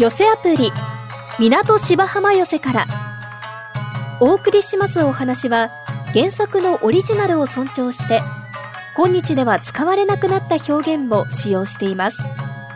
寄せアプリ港芝浜寄せからお送りしますお話は、原作のオリジナルを尊重して今日では使われなくなった表現も使用しています。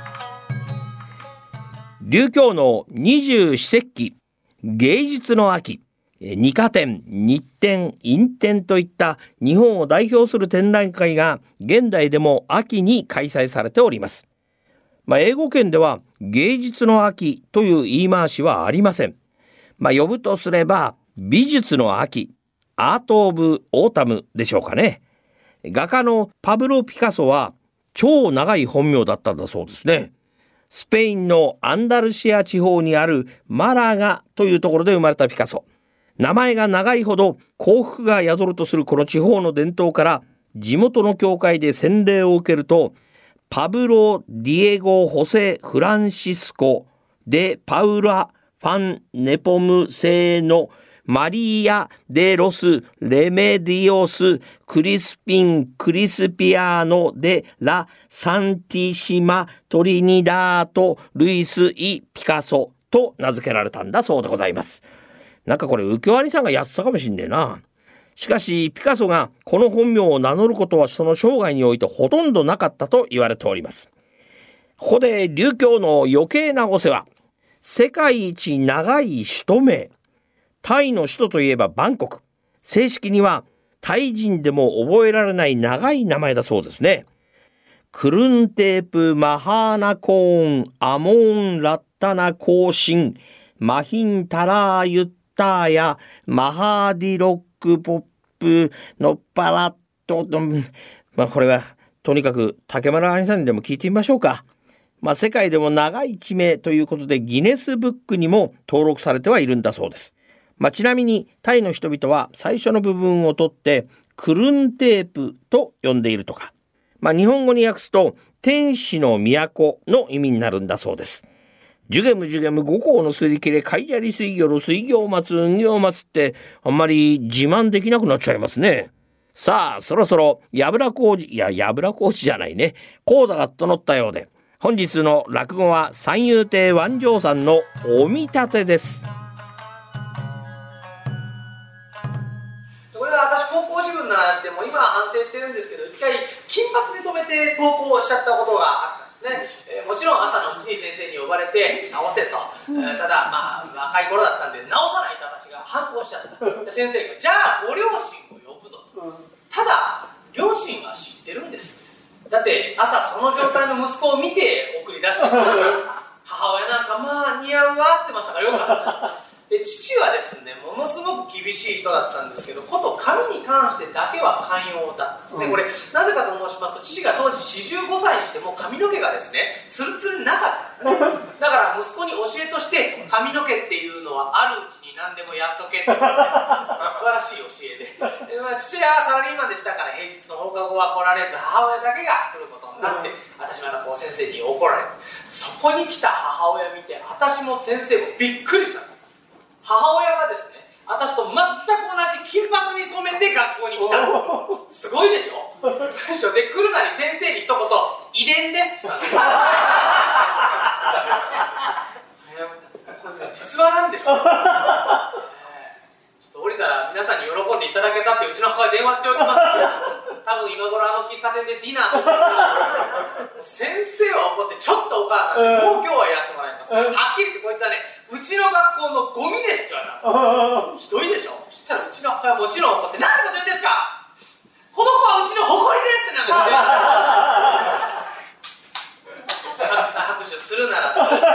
琉球の二十四節気、芸術の秋、二科展、日展、陰展といった日本を代表する展覧会が現代でも秋に開催されております。英語圏では芸術の秋という言い回しはありません。呼ぶとすれば美術の秋、アート・オブ・オータムでしょうかね。画家のパブロ・ピカソは超長い本名だったんだそうですね。スペインのアンダルシア地方にあるマラガというところで生まれたピカソ。名前が長いほど幸福が宿るとするこの地方の伝統から地元の教会で洗礼を受けると、パブロ・ディエゴ・ホセ・フランシスコ・デ・パウラ・ファン・ネポム製のマリア・デ・ロス・レメディオス・クリスピン・クリスピアーノ・デ・ラ・サンティシマ・トリニダート・ルイス・イ・ピカソと名付けられたんだそうでございます。なんかこれ右京兄さんがやってたかもしんねえな。しかしピカソがこの本名を名乗ることはその生涯においてほとんどなかったと言われております。ここで琉球の余計なお世話。世界一長い首都名。タイの首都といえばバンコク。正式にはタイ人でも覚えられない長い名前だそうですね。クルンテープマハーナコーンアモーンラッタナコーシンマヒンタラーユッターやマハーディロックポップノッパラット、これはとにかく竹丸兄さんにでも聞いてみましょうか。世界でも長い地名ということでギネスブックにも登録されてはいるんだそうです。ちなみにタイの人々は最初の部分を取ってクルンテープと呼んでいるとか、日本語に訳すと天使の都の意味になるんだそうです。ジュゲムジュゲム五行のすり切れカイジャリ水魚の水行松運行松ってあんまり自慢できなくなっちゃいますね。さあそろそろやぶら工事じゃないね、講座が整ったようで、本日の落語は三遊亭万丈さんのお見立てです。 これは私高校自分の話でも今は反省してるんですけど、一回金髪に留めて投稿しちゃったことがあったんですね。もちろん朝のうちに先生に呼ばれて直せと、ただ若い頃だったんで直さないと私が反抗しちゃった。先生がじゃあご両親を呼ぶぞと。ただ両親は知ってるんです。だって朝その状態の息子を見て送り出してますし、母親なんか似合うわってましたからよかったで、父はですねものすごく厳しい人だったんですけど、こと髪に関してだけは寛容だったんですね。これなぜかと申しますと、父が当時45歳にしても髪の毛がですねツルツルになかったんですね。だから息子に教えとして髪の毛っていうのはあるうちに何でもやっとけってですね素晴らしい教えで、父はサラリーマンでしたから平日の放課後は来られず、母親だけが来ることになって、私また先生に怒られる。そこに来た母親見て私も先生もびっくりしたんです。母親がですね、私と全く同じ金髪に染めて学校に来た。すごいでしょ。で、来るなり先生に一言、遺伝ですって言ったんですよ。これ実話なんですよ。ちょっと降りたら皆さんに喜んでいただけたってうちの母が電話しておきます。多分今頃喫茶店でディナーとか先生は怒ってちょっとお母さんにもう今日はやらせてもらいます。はっきり言ってこいつはね、うちの学校のゴミですって言われたんです。ひどいでしょ。そしたらうちの母はもちろん怒って、何てこと言うんですか、この子はうちの誇りですってなんか拍手するならするし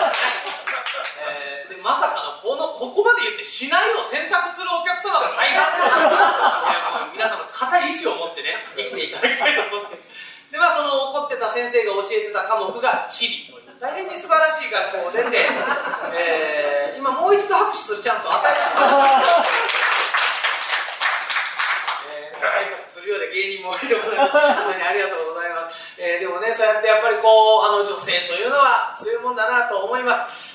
で、まさかのここまで言ってしないを選択するお客様が大半皆様固い意志を持ってね生きていただきたいと思いますけど、でその怒ってた先生が教えてた科目が地理という大変に素晴らしい学校を出て、今もう一度拍手するチャンスを与えて挨拶するようで芸人も多いでございます。ありがとうございます。でもね、そうやってやっぱり女性というのは強いもんだなと思います。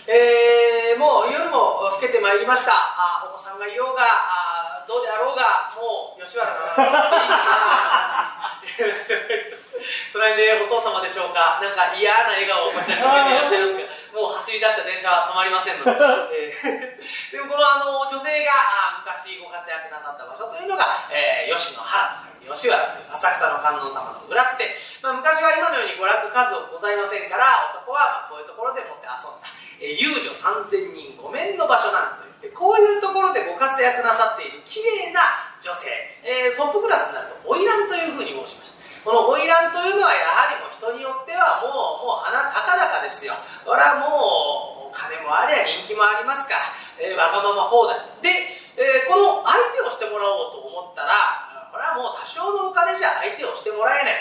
もう夜も更けてまいりました。お子さんがいようがどうであろうが、もう吉原の話をしていいかな隣でお父様でしょうか、なんか嫌な笑顔をこちらに向けていらっしゃいますが、ももう走り出した電車は止まりませんので、でもこの女性が昔ご活躍なさった場所というのが、吉野原とか吉原という浅草の観音様の裏って、昔は今のように娯楽数多ございませんから、男はこういうところでもって遊んだ、遊女3000人ごめんの場所なんといって、こういうところでご活躍なさっている綺麗な女性、トップクラスになると花魁というふうに申しました。この花魁というのはやはりもう人によってはもう鼻高々ですよ。これはもうお金もありゃ人気もありますから、わがまま放題で、この相手をしてもらおうと思ったら、これはもう多少のお金じゃ相手をしてもらえない、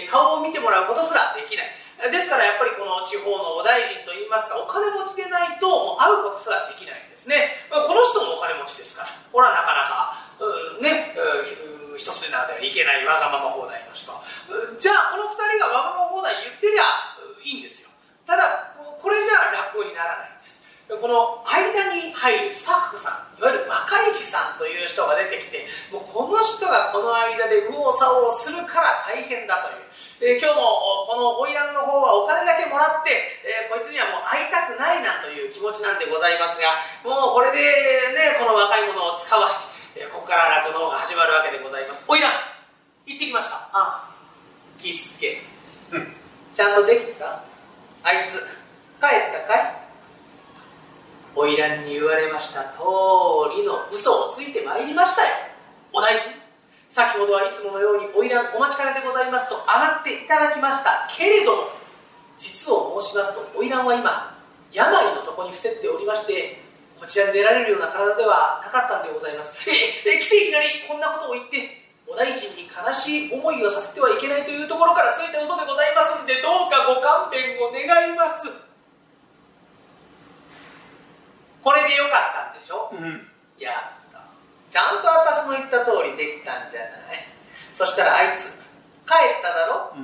顔を見てもらうことすらできない。ですからやっぱりこの地方のお大臣といいますか、お金持ちでないともう会うことすらできないんですね。この人もお金持ちですから、これはなかなか一筋縄ではいけないわがまま放題の人。じゃあこの2人がわがまま放題言ってりゃいいんですよ。ただこれじゃ落語にならないんです。この間に入るスタッフさん、いわゆる若い師さんという人が出てきて、もうこの人がこの間で右往左往するから大変だという、今日もこの花魁の方はお金だけもらって、こいつにはもう会いたくないなという気持ちなんでございますが、もうこれでね、この若い者を使わして、ここから落語の方が始まるわけでございます。花魁行ってきました。ああ、喜助、ちゃんとできた？あいつ帰ったかい？花魁に言われました通りの嘘をついてまいりましたよ。お大臣、先ほどはいつものように花魁お待ちかねでございますと上がっていただきましたけれども、実を申しますと花魁は今病のとこに伏せっておりまして、こちらに出られるような体ではなかったんでございます。来ていきなりこんなことを言ってお大臣に悲しい思いをさせてはいけないというところからついた嘘でございますんで、どうかご勘弁を願います。これでよかったんでしょ、やった、ちゃんと私の言った通りできたんじゃない。そしたらあいつ帰っただろ、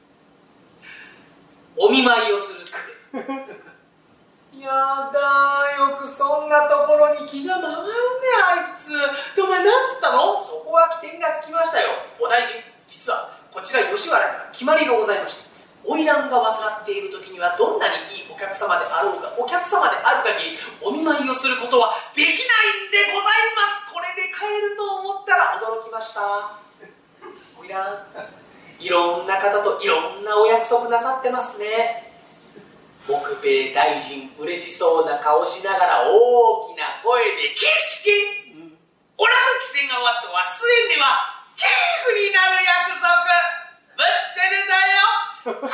お見舞いをするってやだ、よくそんなところに気が回るね、あいつ。で、お前何つったの？そこは起点が来ましたよ。お大臣、実はこちら吉原には決まりがございまして、花魁が患っている時にはどんなにいいお客様であろうが、お客様である限りお見舞いをすることはできないんでございます。これで帰ると思ったら驚きました。花魁、いろんな方といろんなお約束なさってますね。木兵衛大臣嬉しそうな顔しながら大きな声で「キスケ、オラの規制が終わっては末には夫婦になる約束ぶってるだよ」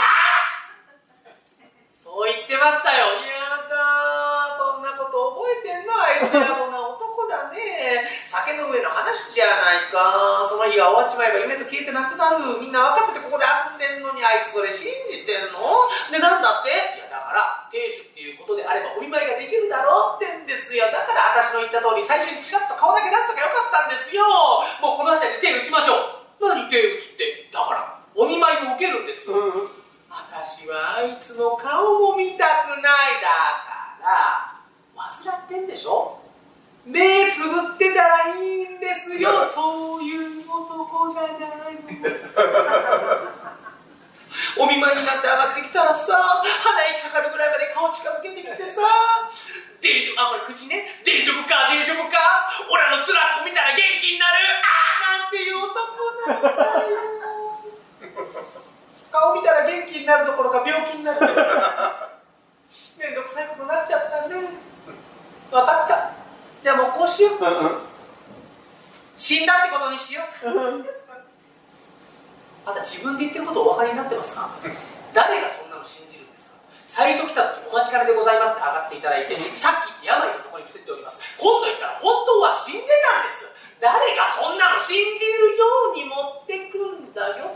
そう言ってましたよ。やだ、そんなこと覚えてんの？あいつやもな男だね。酒の上の話じゃないか。その日が終わっちまえば夢と消えてなくなる。みんな分かっててここで遊んでんのに、あいつそれ信じてんの？で、なんだって？いや、だから亭主っていうことであればお見舞いができるだろうってんですよ。だから私の言った通り最初にチラッと顔だけ出しときゃよかったんですよ。もうこの辺りで手打ちましょう。何手打つって？だからお見舞いを受けるんですよ。私はあいつの顔も見たくない。だから患ってんでしょ。目つぶってたらいいんですよ。そういう男じゃないの。お見舞いになって上がってきたらさ、鼻息かかるぐらいまで顔近づけてきてさ、大丈夫、これ口ね、大丈夫か大丈夫か、オラのつらっこ見たら元気になる、なんていう男なんだよ。顔見たら元気になるどころか病気になる。めんどくさいことになっちゃったね。分かった。じゃあもうこうしよう。死んだってことにしよう。あんた自分で言ってることお分かりになってますか？誰がそんなの信じるんですか？最初来た時お待ちかねでございますって上がっていただいて、さっき言って病のところに伏せております。今度言ったら本当は死んでたんです。誰がそんなの信じるように持ってくんだよ。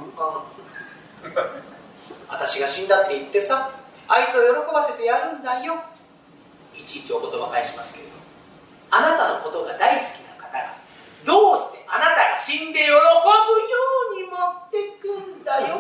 私が死んだって言ってさ、あいつを喜ばせてやるんだよ。いちいちお言葉返しますけれど、あなたのことが大好きな方がどうしてあなたが死んで喜ぶように持ってくんだよ。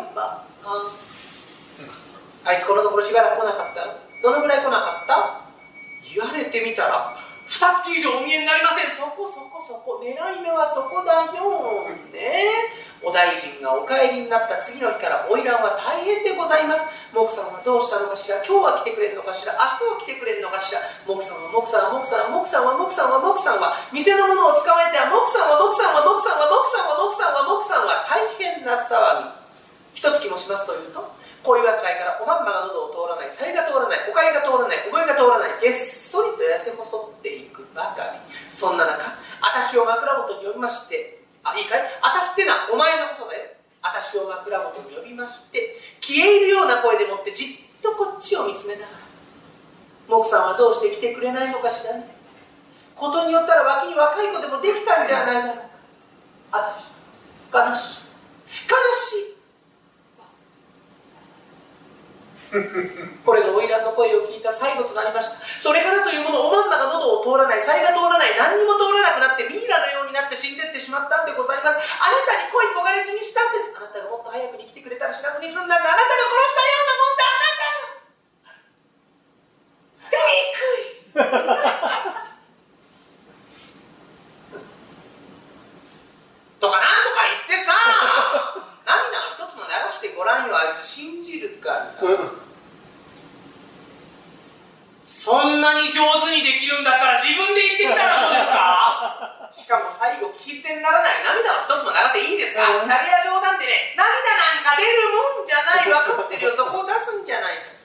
あいつこのところしばらく来なかった。どのぐらい来なかった？言われてみたら2月以上お見えになりません。そこ狙い目はそこだよね。 お大臣がお帰りになった次の日から花魁は大変でございます。木さんはどうしたのかしら、今日は来てくれるのかしら、明日は来てくれるのかしら。木さんは木さんは木さんは木さんは木さんは木さんは店のものを捕まえては木さんは木さんは木さんは木さんは木さんは木さんは大変な騒ぎ。一月もしますというと、恋煩いからおまんまが喉を通らない、さえが通らない、おかゆが通らない、思いが通らない、げっそりと痩せ細っていくばかり。そんな中、私を枕元に呼びまして、いいかい、私ってのはお前のことだよ。私を枕元に呼びまして、消え入るような声でもってじっとこっちを見つめながら、木さんはどうして来てくれないのかしらね。ことによったら脇に若い子でもできたんじゃないだろうか。悲しい悲しいこれが花魁の声を聞いた最後となりました。それからというもの、おまんまが喉を通らない、さえが通らない、何にも通らなくなってミイラのようになって死んでってしまったんでございます。あなたに恋焦がれ死にしたんです。あなたがもっと早くに来てくれたら死なずに済んだんだ。あなたが殺したようなもんだ。あなた憎いとかなんとか言ってさ、涙の一つも流してごらんよ。あいつ信じるから、そんなに上手にできるんだったら自分で言ってきたらどうですか。しかも最後聞き捨てにならない。涙の一つも流せいいですか。シャレや冗談でね、涙なんか出るもんじゃない。分かってるよ。そこを出すんじゃないか。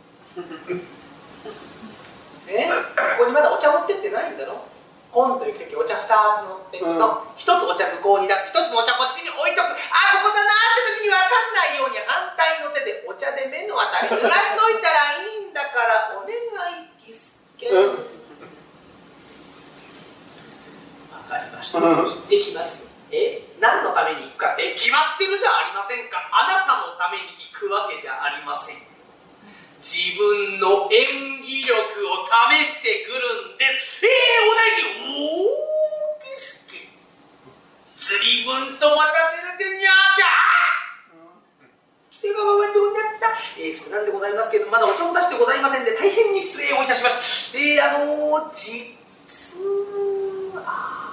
ここにまだお茶持ってってないんだろ。今度行く時お茶2つ持っていくと、1つお茶向こうに出す、1つのお茶こっちに置いとく。ここだなって時に分かんないように反対の手でお茶で目の当たり濡らしといたらいいんだから、お願いキスケ。分かりました。行ってきますよ。何のために行くかって決まってるじゃありませんか。あなたのために行くわけじゃありません。自分の演技力を試してくるんです。お大臣、景色随分と待たせるでにゃーきゃ。規制側はどうなった。それなんでございますけど、まだお茶も出してございませんで、大変に失礼をいたしました。実は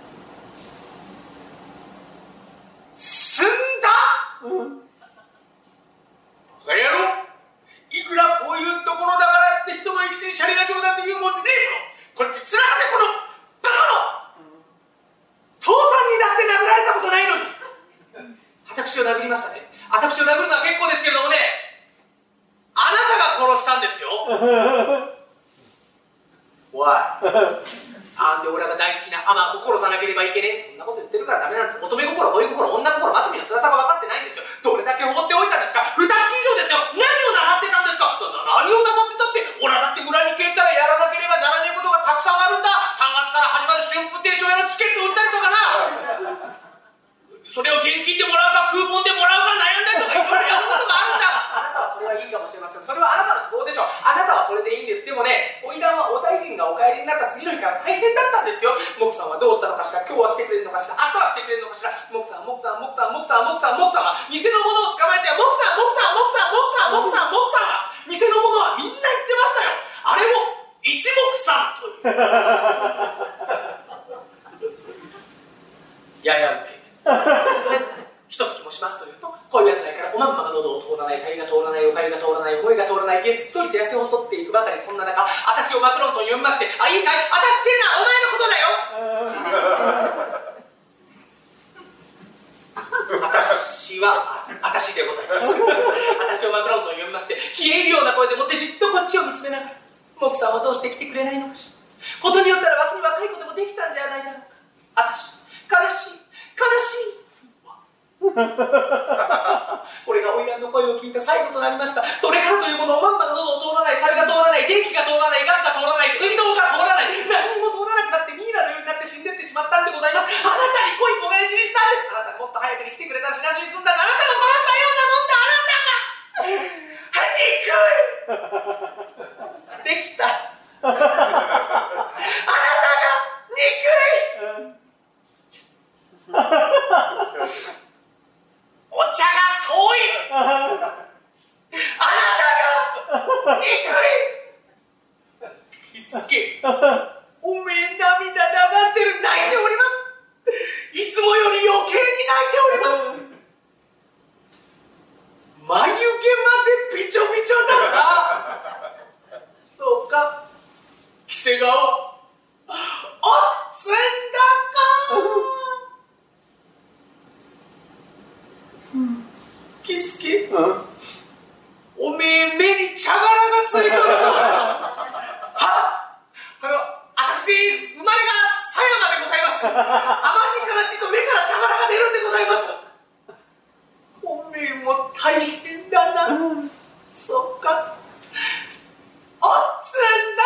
済んだ。それやろう。いくらこういうところだからって人の生き死にシャレが冗談で言うもんでねえの。こっちつらかせ、このバカの。父さんにだって殴られたことないのに。私を殴りましたね。私を殴るのは結構ですけれどもね、あなたが殺したんですよ。おい。で俺らが大好きなアマを殺さなければいけねえ。そんなこと言ってるからダメなんです。乙女心、恋心、女心、松見の辛さが分かってないんですよ。どれだけ放っておいたんですか。2月以上ですよ。何をなさってたんですか。何をなさってたって、俺らだって村に帰ったらやらなければならねえことがたくさんあるんだ。3月から始まる春風亭昇也のチケット売ったりとかな。それを現金でもらうかクーポンでもらうか悩んだりとかいろいろやることがあるんだ。あなたはそれはいいかもしれません。それはあなたの都合でしょう。あなたはそれでいいんです。でもね、花魁はお大臣がお帰りになった次の日から大変だったんですよ。木さんはどうしたのかしら。今日は来てくれるのかしら。明日は来てくれるのかしら。木さんは店のものを捕まえては木さんは店のものはみんな言ってましたよ。あれも一目散というやや受け一月もしますというと、恋煩いからおまんまが喉を通らない、さえが通らない、おかゆが通らない、思いが通らない、げっそりと痩せ細っていくばかり。そんな中、私をマクロンと呼びまして、いいかい、私ってのはお前のことだよ。私は私でございます。私をマクロンと呼びまして、消え入るような声でもってじっとこっちを見つめながら、木さんはどうして来てくれないのかしら。ことによったら脇に若い子でもできたんじゃないだろうか。私悲しいこれが花魁の声を聞いた最後となりました。それからというもの、おまんまが喉を通らない、さえが通らない、電気が通らない、ガスが通らない、水道が通らない、何にも通らなくなってミイラのようになって死んでってしまったんでございます。あなたに恋焦がれ死にしたんです。あなたがもっと早くに来てくれたら死なずに済んだんだ。あなたが殺したようなもんだ。あなたができた。あなたが憎い。お茶が遠い。あなたが憎い。キスケ、おめえ涙流してる。泣いております。いつもより余計に泣いております。 キスケ、おめえ目に茶殻がついてるぞ。私生まれが狭山でございます。あまりに悲しいと目から茶殻が出るんでございます。おめえも大変だな。そっか、おつんだ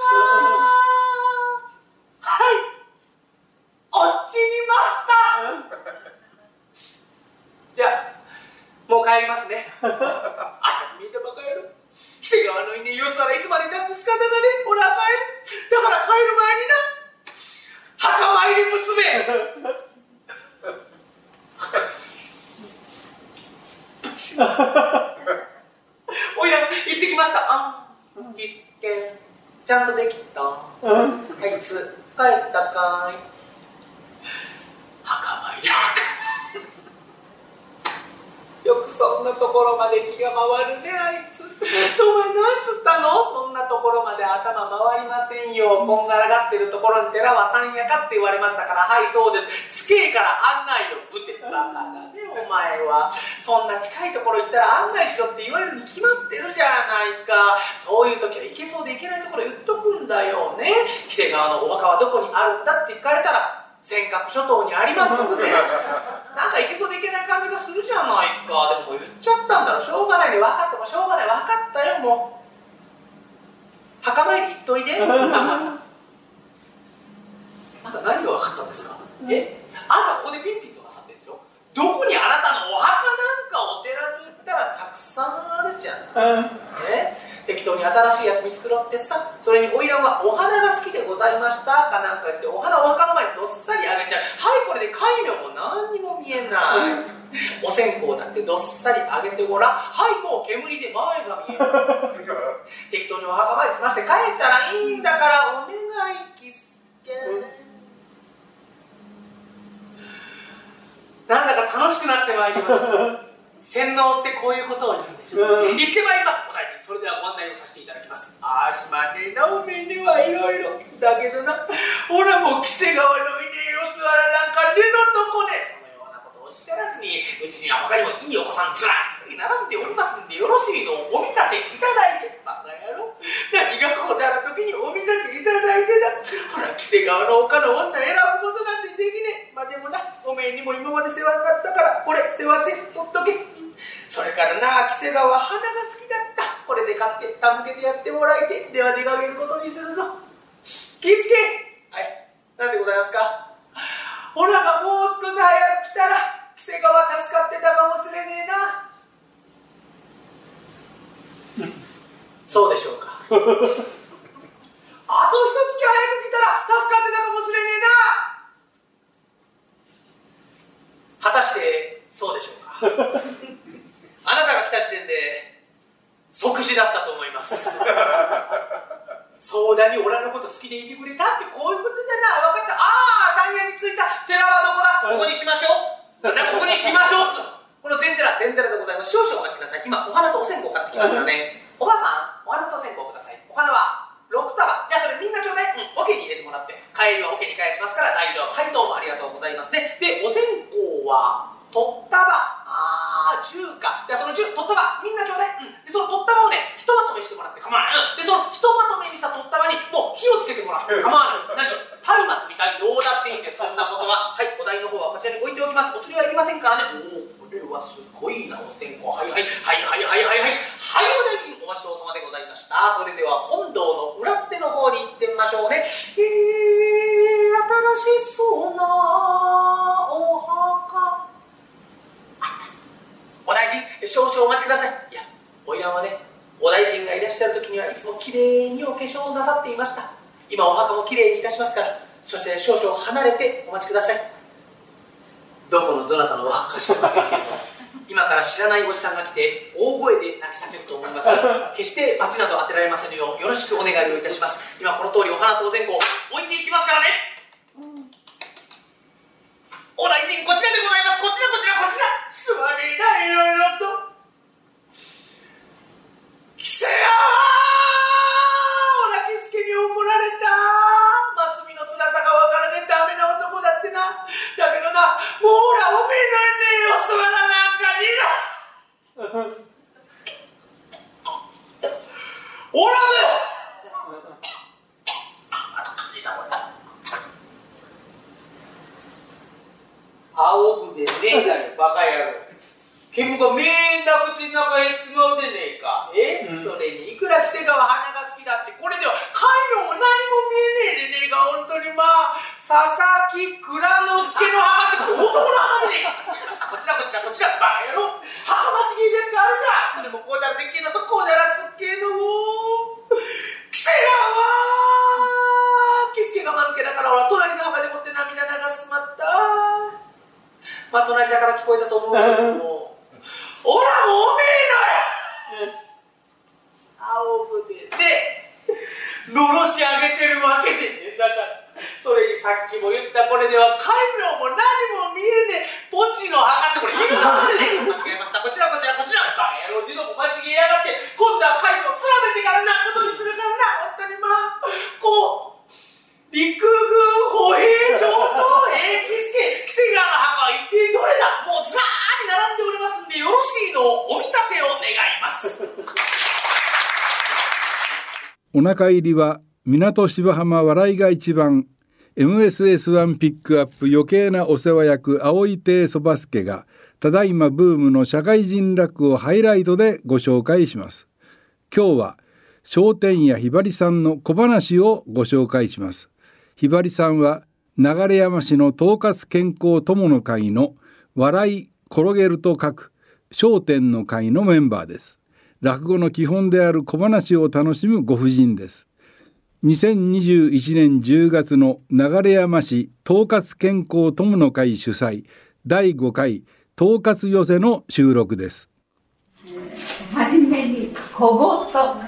か。はい、落ちにました。じゃあもう帰りますね。みんなバカ野郎。木瀬川の稲よすはいつまでたって仕方がねえ。ほら帰る。だから帰る前にな、墓参り娘。おいら行ってきました。キスケちゃんとできた。あいつ帰ったかい。墓参り。よくそんなところまで気が回るね、あいつ。お前なんつったの？そんなところまで頭回りませんよ。こんがらがってるところに寺は山やかって言われましたから、はいそうです。つけから案内をぶて。バカだねお前は。そんな近いところ行ったら案内しろって言われるに決まってるじゃないか。そういう時は行けそうで行けないところ言っとくんだよね。木瀬川のお墓はどこにあるんだって聞かれたら、尖閣諸島にありますとかね。なんかいけそうでいけない感じがするじゃないか。でももう言っちゃったんだろ。しょうがないね。分かったもしょうがない。分かったよ。もう墓参り行っといで。まだ何が分かったんですか？あなたここでピンピンとなさってるんですよ。どこにあなたのお墓なんかお寺に行ったらたくさんあるじゃない。適当に新しいやつ見繕ってさ、それにおいらはお花が好きでございましたかなんか言ってお花をお墓の前にどっさりあげちゃう。はい、これで戒名も何にも見えない。お線香だってどっさりあげてごらん。はい、もう煙で前が見える。適当にお墓参り済まして返したらいいんだからお願いキスケ。なんだか楽しくなってまいりました。洗脳ってこういうことを言うんでしょう。行ってまいります。お大臣、それではご案内をさせていただきます。ああ、すまねえな、おめえにはいろいろ。だけどな、ほらもう木瀬川の稲よすわらなんか二度と来ねえ。そのようなことをおっしゃらずに、うちには他にもいいお子さんずらり並んでおりますんで、よろしいのをお見立ていただいて。バカ野郎。何がこうである時にお見立ていただいてだ。ほら、木瀬川の丘の女選ぶことなんてできねえ。まあでもな、おめえにも今まで世話になったから、これ世話ぜ取っとけ。それからな、木瀬川は花が好きだった。これで買って手向けてやってもらいて。では出かけることにするぞ。キスケ、はい、なんでございますか。ほらがもう少し早く来たら木瀬川助かってたかもしれねえな。そうでしょうか。あと一月早く来たら助かってたかもしれねえな。果たしてそうでしょうか。あなたが来た時点で即死だったと思います。相談に俺のこと好きでいてくれたってこういうことじゃな。分かった。ああ、山谷に着いた。寺はどこだ。ここにしましょう。ここにしましょうっつうの。この禅寺でございます。少々お待ちください。今お花とお線香買ってきますからね。おばあさん、お花とお線香ください。お花は6束。じゃあそれみんなちょうだい。桶に入れてもらって、帰りは桶に返しますから大丈夫。はい、どうもありがとうございますね。で、お線香は取ったば。10か。じゃあその10取ったばみんなちょうだい。でその取ったばをね、ひとまとめしてもらって構わない。でそのひとまとめにした取ったばにもう火をつけてもらって構わない。何松明みたいにどうだっていいんです。そんなことは。はい、お題の方はこちらに置いておきます。お釣りはいりませんからね。おお、これはすごいな。お線香。はいはいはいはいはいはいはいはい、お大臣お待ちどうさまでございました。それでは本堂の裏手の方に行ってみましょうね。新しそうなお墓。お大臣、少々お待ちください。いや、おいらはね、お大臣がいらっしゃる時にはいつもきれいにお化粧をなさっていました。今お墓もきれいにいたしますから、そちら少々離れてお待ちください。どこのどなたのお墓か知りませんけれども、今から知らないおじさんが来て大声で泣き叫ぶと思いますが、決して罰など当てられませんようよろしくお願いをいたします。今この通りお花とお線香置いていきますからね。お大臣、こちらでございます。こちらこちらこちら。すまねえな、いろいろと。木瀬川、おら木助に怒られた。松見の辛さが分からねえダメな男だってな。だけどな、もうほらおめえのねえよ、すまななんかおらぬ青くでねえだよバカ野郎。煙がみんな口の中へ詰まうでねえか。それにいくら稀勢川花が好きだってこれでは海路も何も見えねえでねえか。本当にまあ佐々木蔵之介の墓ってこれ男の墓でねえか。間違えました。こちらバカ野郎。墓間違えるやつがあるか。それもこうだらでっけえのとこうだらつっけえのも稀勢川は稀勢川抜けだから俺は隣の墓でもって涙流すまった。まあ隣だから聞こえたと思うけどもおらもおめえのよ青筆でのろし上げてるわけでね。だからそれにさっきも言ったこれでは戒名も何も見えねえポチの墓ってこれ言うのでね間違えました。こちらバカ野郎二度も間違えやがって今度は戒名を調べてからなことにするからな。本当にまあこう陸軍歩兵上等平気介稀勢川の墓は一体どれだ。もうずらーに並んでおりますんでよろしいのをお見立てを願います。 お腹入りは港芝浜笑いが一番 MSS1 ピックアップ余計なお世話役青井亭そば助がただいまブームの社会人落をハイライトでご紹介します。今日は商店屋ひばりさんの小話をご紹介します。ひばりさんは流山市の統括健康友の会の笑い転げると書く商店の会のメンバーです。落語の基本である小話を楽しむご婦人です。2021年10月の流山市統括健康友の会主催第5回統括寄せの収録です。 はじめに小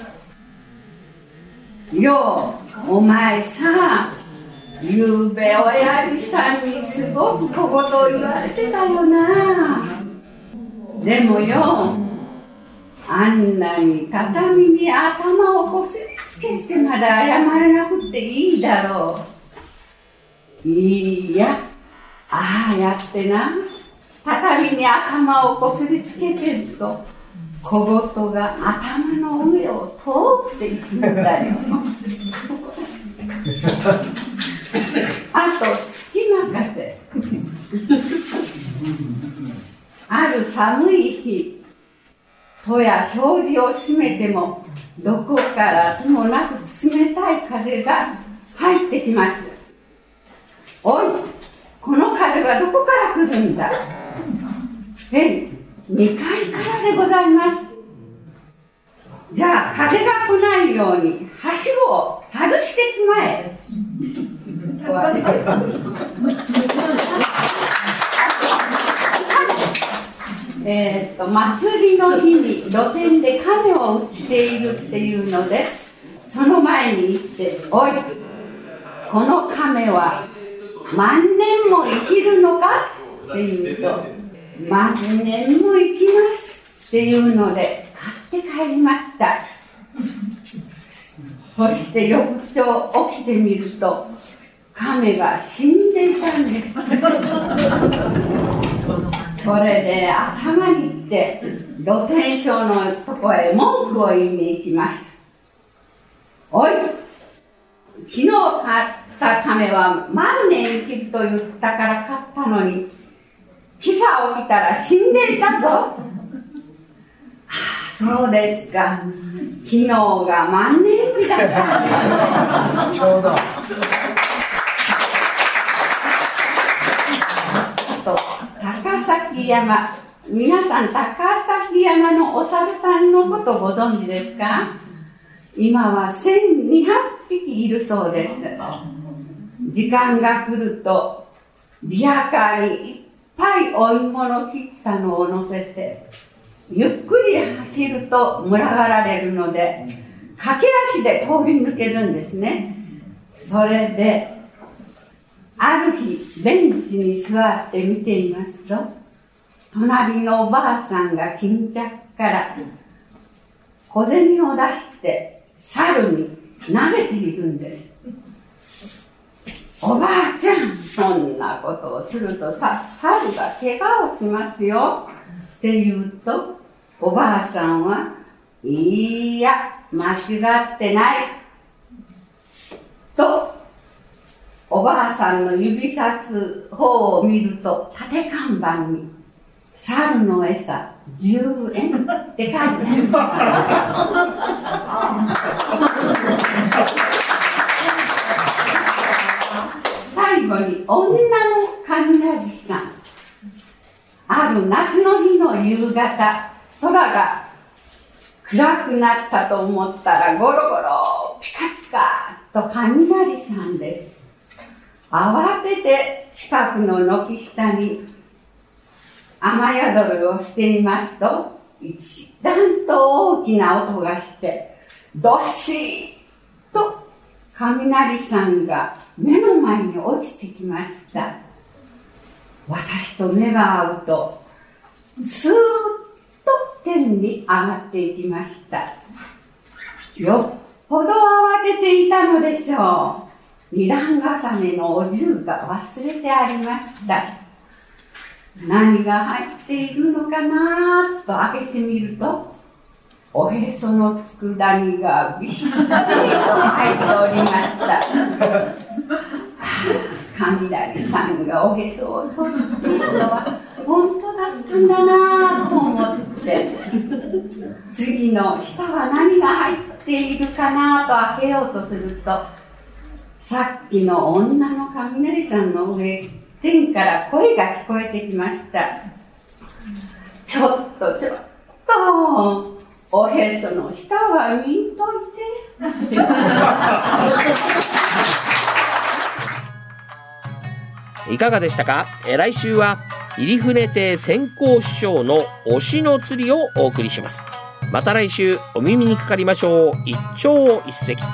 言ようお前さゆうべ親父さんにすごく小言を言われてたよな。でもよあんなに畳に頭をこすりつけてまだ謝らなくていいだろう。いやああやってな畳に頭をこすりつけてると小言が頭の上を通っていくんだよあと隙間風ある寒い日戸や障子を閉めてもどこからともなく冷たい風が入ってきます。おいこの風はどこから来るんだ。2階からでございます。じゃあ風が来ないようにはしごを外してしまえ。祭りの日に露店で亀を売っているっていうのでその前に行っておいこの亀は万年も生きるのかって言うと万年も生きますっていうので買って帰りました。そして翌朝起きてみると亀が死んでいたんですそれで頭に行って露天商のとこへ文句を言いに行きます。おい昨日買った亀は万年生きると言ったから買ったのに今朝起きたら死んでいたぞ。ああそうですか昨日が万年生きだったんですちょうど高崎山皆さん高崎山のお猿さんのことご存知ですか。今は1200匹いるそうです。時間が来るとリヤカーにいっぱいお芋の切ったのを乗せてゆっくり走ると群がられるので駆け足で通り抜けるんですね。それである日ベンチに座って見ていますと隣のおばあさんが巾着から小銭を出して猿に投げているんです。おばあちゃんそんなことをすると猿が怪我をしますよって言うとおばあさんは、いや、間違ってない。と、おばあさんの指さす方を見ると、縦看板に、猿の餌10円って書いてある。最後に、女の雷さん。ある夏の日の夕方、空が暗くなったと思ったらゴロゴロピカピカと雷さんです。慌てて近くの軒下に雨宿りをしていますと、一段と大きな音がしてどっしーと雷さんが目の前に落ちてきました。私と目が合うとスーッと天に上がっていきました。よっぽど慌てていたのでしょう。二段重ねのお重が忘れてありました。何が入っているのかなと開けてみると、おへその佃煮がびっしりと入っておりました。雷さんがおへそを取っているのは本当だったんだなと思って、次の下は何が入っているかなと開けようとすると、さっきの女の雷さんの上、天から声が聞こえてきました。ちょっと、おへその下は見んといて。 いかがでしたか？来週は入船亭先行師匠の推しの釣りをお送りします。また来週お耳にかかりましょう。一朝一夕。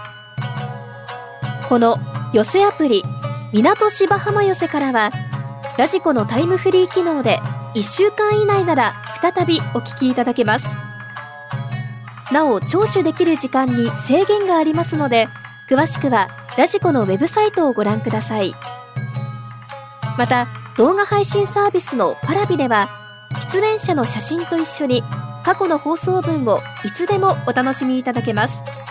この寄せアプリ港芝浜寄せからは、ラジコのタイムフリー機能で1週間以内なら再びお聞きいただけます。なお聴取できる時間に制限がありますので、詳しくはラジコのウェブサイトをご覧ください。また動画配信サービスのパラビでは、出演者の写真と一緒に過去の放送分をいつでもお楽しみいただけます。